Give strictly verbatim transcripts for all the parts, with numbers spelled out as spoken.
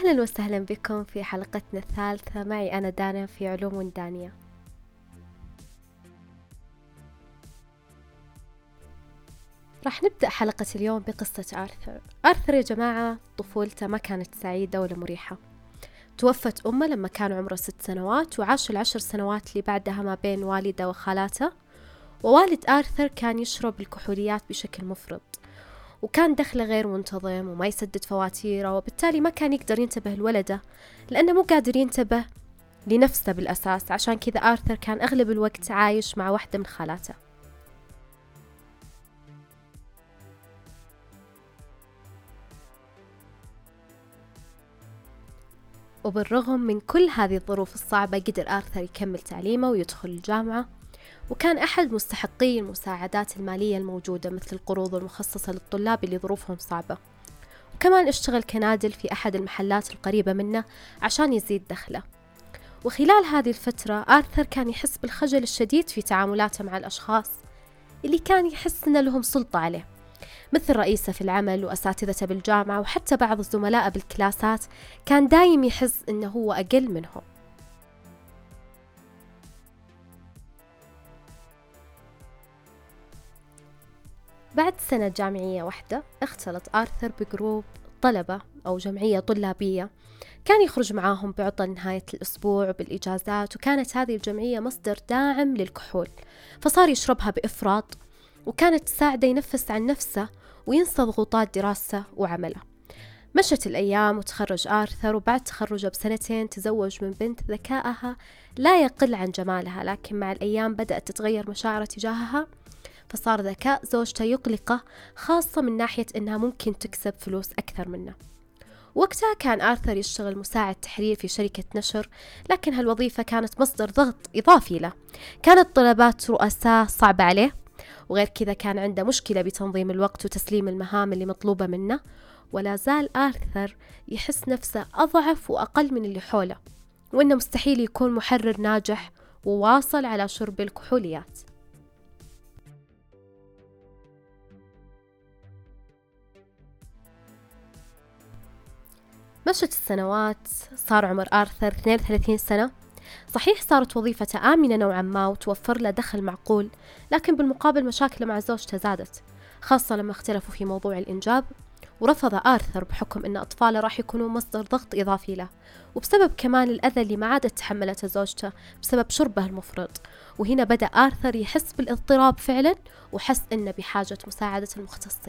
أهلا وسهلا بكم في حلقتنا الثالثة معي أنا دانا في علوم وندانية. راح نبدأ حلقة اليوم بقصة آرثر. آرثر يا جماعة طفولته ما كانت سعيدة ولا مريحة. توفت أمه لما كان عمره ست سنوات، وعاش العشر سنوات اللي بعدها ما بين والده وخالاته. ووالد آرثر كان يشرب الكحوليات بشكل مفرط، وكان دخله غير منتظم وما يسدد فواتيره، وبالتالي ما كان يقدر ينتبه لولده لأنه مو قادر ينتبه لنفسه بالأساس. عشان كذا آرثر كان أغلب الوقت عايش مع واحدة من خالاته. وبالرغم من كل هذه الظروف الصعبة قدر آرثر يكمل تعليمه ويدخل الجامعة، وكان أحد مستحقي المساعدات المالية الموجودة مثل القروض المخصصة للطلاب اللي ظروفهم صعبة. وكمان اشتغل كنادل في أحد المحلات القريبة منه عشان يزيد دخله. وخلال هذه الفترة آرثر كان يحس بالخجل الشديد في تعاملاته مع الأشخاص اللي كان يحس أن لهم سلطة عليه، مثل رئيسه في العمل وأساتذته بالجامعة وحتى بعض الزملاء بالكلاسات. كان دايم يحس أنه هو أقل منهم. بعد سنة جامعية واحدة اختلط آرثر بجروب طلبة أو جمعية طلابية كان يخرج معاهم بعطل نهاية الأسبوع وبالإجازات، وكانت هذه الجمعية مصدر داعم للكحول، فصار يشربها بإفراط، وكانت تساعده ينفس عن نفسه وينسى ضغوطات دراسته وعمله. مشت الأيام وتخرج آرثر، وبعد تخرجه بسنتين تزوج من بنت ذكائها لا يقل عن جمالها، لكن مع الأيام بدأت تتغير مشاعره تجاهها، فصار ذكاء زوجته يقلقه، خاصة من ناحية أنها ممكن تكسب فلوس أكثر منه. وقتها كان آرثر يشتغل مساعد تحرير في شركة نشر، لكن هالوظيفة كانت مصدر ضغط إضافي له. كانت طلبات رؤساء صعبة عليه، وغير كذا كان عنده مشكلة بتنظيم الوقت وتسليم المهام اللي مطلوبة منه. ولا زال آرثر يحس نفسه أضعف وأقل من اللي حوله، وإنه مستحيل يكون محرر ناجح، وواصل على شرب الكحوليات. مشت السنوات، صار عمر آرثر اثنين وثلاثين سنة. صحيح صارت وظيفته آمنة نوعا ما وتوفر له دخل معقول، لكن بالمقابل مشاكله مع زوجته زادت، خاصة لما اختلفوا في موضوع الإنجاب. ورفض آرثر بحكم أن أطفاله راح يكونوا مصدر ضغط إضافي له، وبسبب كمان الأذى اللي ما عادت تحملته زوجته بسبب شربه المفرط. وهنا بدأ آرثر يحس بالاضطراب فعلا، وحس أنه بحاجة مساعدة المختصين.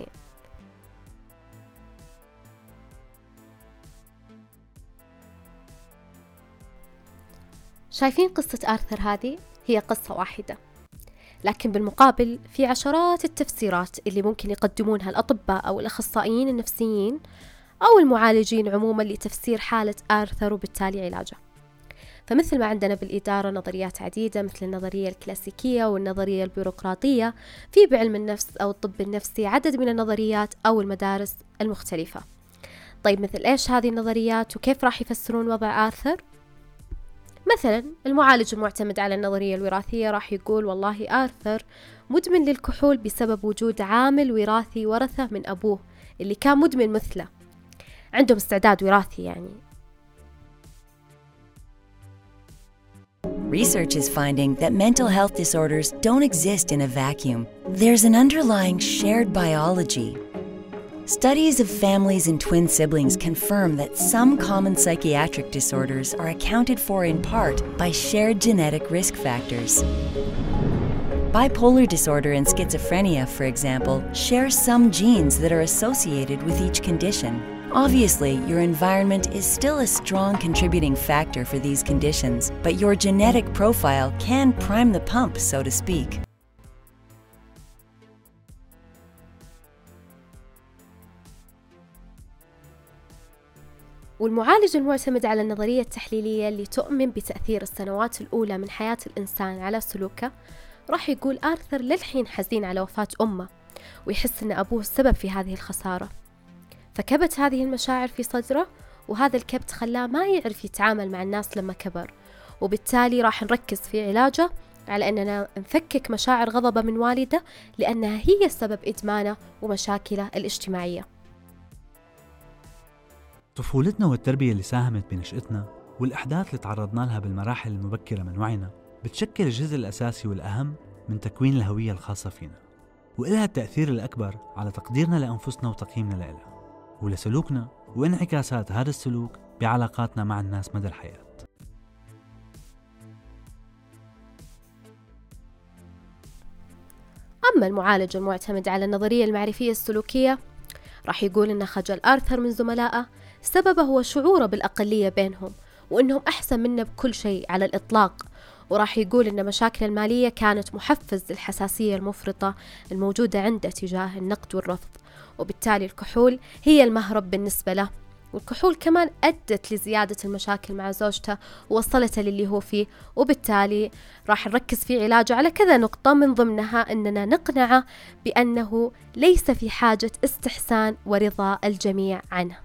شايفين قصة آرثر هذه هي قصة واحدة، لكن بالمقابل في عشرات التفسيرات اللي ممكن يقدمونها الأطباء أو الأخصائيين النفسيين أو المعالجين عموما لتفسير حالة آرثر وبالتالي علاجه. فمثل ما عندنا بالإدارة نظريات عديدة مثل النظرية الكلاسيكية والنظرية البيروقراطية، في بعلم النفس أو الطب النفسي عدد من النظريات أو المدارس المختلفة. طيب مثل إيش هذه النظريات وكيف راح يفسرون وضع آرثر؟ مثلا المعالج المعتمد على النظرية الوراثية راح يقول والله آرثر مدمن للكحول بسبب وجود عامل وراثي ورثه من أبوه اللي كان مدمن مثله، عندهم استعداد وراثي يعني. Research is finding that mental health disorders don't exist in a vacuum. There's an underlying shared biology. Studies of families and twin siblings confirm that some common psychiatric disorders are accounted for in part by shared genetic risk factors. Bipolar disorder and schizophrenia, for example, share some genes that are associated with each condition. Obviously, your environment is still a strong contributing factor for these conditions, but your genetic profile can prime the pump, so to speak. والمعالج المعتمد على النظرية التحليلية اللي تؤمن بتأثير السنوات الأولى من حياة الإنسان على سلوكه راح يقول آرثر للحين حزين على وفاة أمه، ويحس أن أبوه السبب في هذه الخسارة، فكبت هذه المشاعر في صدره، وهذا الكبت خلاه ما يعرف يتعامل مع الناس لما كبر. وبالتالي راح نركز في علاجه على أننا نفكك مشاعر غضبه من والده، لأنها هي سبب إدمانه ومشاكله الاجتماعية. طفولتنا والتربية اللي ساهمت بنشأتنا والأحداث اللي تعرضنا لها بالمراحل المبكرة من وعينا بتشكل الجزء الأساسي والأهم من تكوين الهوية الخاصة فينا، وإلها التأثير الأكبر على تقديرنا لأنفسنا وتقييمنا لإلها ولسلوكنا وانعكاسات هذا السلوك بعلاقاتنا مع الناس مدى الحياة. أما المعالج المعتمد على النظرية المعرفية السلوكية راح يقول إن خجل آرثر من زملائه سببه هو شعوره بالأقلية بينهم وإنهم أحسن منه بكل شيء على الإطلاق، وراح يقول إن مشاكل المالية كانت محفز للحساسية المفرطة الموجودة عنده تجاه النقد والرفض، وبالتالي الكحول هي المهرب بالنسبة له. والكحول كمان أدت لزيادة المشاكل مع زوجته ووصلته للي هو فيه، وبالتالي راح نركز في علاجه على كذا نقطة، من ضمنها أننا نقنعه بأنه ليس في حاجة استحسان ورضا الجميع عنه.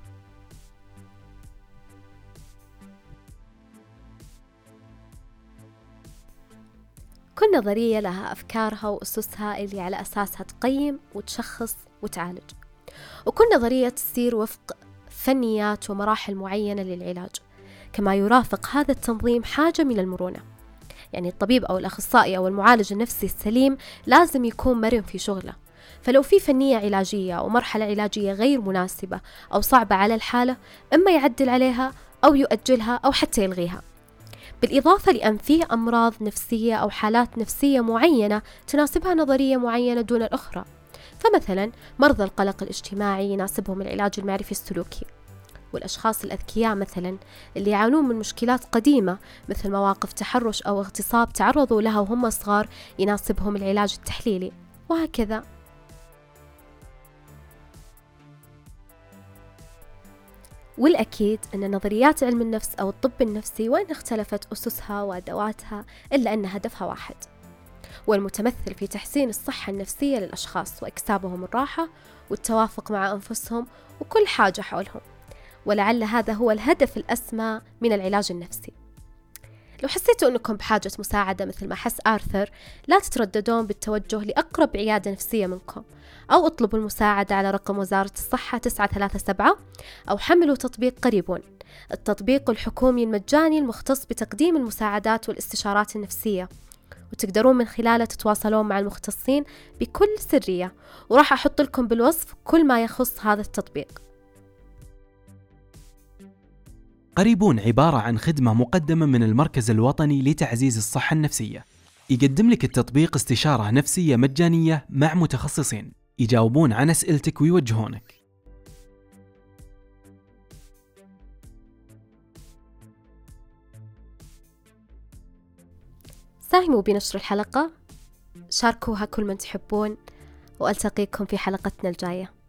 كل نظرية لها أفكارها وأسسها اللي على أساسها تقيم وتشخص وتعالج، وكل نظرية تصير وفق فنيات ومراحل معينة للعلاج، كما يرافق هذا التنظيم حاجة من المرونة. يعني الطبيب أو الأخصائي أو المعالج النفسي السليم لازم يكون مرن في شغله، فلو في فنية علاجية أو مرحلة علاجية غير مناسبة أو صعبة على الحالة، إما يعدل عليها أو يؤجلها أو حتى يلغيها، بالإضافة لأن فيه أمراض نفسية أو حالات نفسية معينة تناسبها نظرية معينة دون الأخرى. فمثلا مرضى القلق الاجتماعي يناسبهم العلاج المعرفي السلوكي، والأشخاص الأذكياء مثلا اللي يعانون من مشكلات قديمة مثل مواقف تحرش أو اغتصاب تعرضوا لها وهم صغار يناسبهم العلاج التحليلي، وهكذا. والأكيد أن نظريات علم النفس أو الطب النفسي وإن اختلفت أسسها وأدواتها إلا أن هدفها واحد، والمتمثل في تحسين الصحة النفسية للأشخاص وإكسابهم الراحة والتوافق مع أنفسهم وكل حاجة حولهم، ولعل هذا هو الهدف الأسمى من العلاج النفسي. لو حسيتوا أنكم بحاجة مساعدة مثل ما حس آرثر، لا تترددون بالتوجه لأقرب عيادة نفسية منكم، أو اطلبوا المساعدة على رقم وزارة الصحة تسعة ثلاثة سبعة، أو حملوا تطبيق قريبون، التطبيق الحكومي المجاني المختص بتقديم المساعدات والاستشارات النفسية، وتقدرون من خلاله تتواصلون مع المختصين بكل سرية، وراح أحط لكم بالوصف كل ما يخص هذا التطبيق. قريبون عبارة عن خدمة مقدمة من المركز الوطني لتعزيز الصحة النفسية، يقدم لك التطبيق استشارة نفسية مجانية مع متخصصين يجاوبون عن أسئلتك ويوجهونك. ساهموا بنشر الحلقة، شاركوها كل من تحبون، وألتقيكم في حلقتنا الجاية.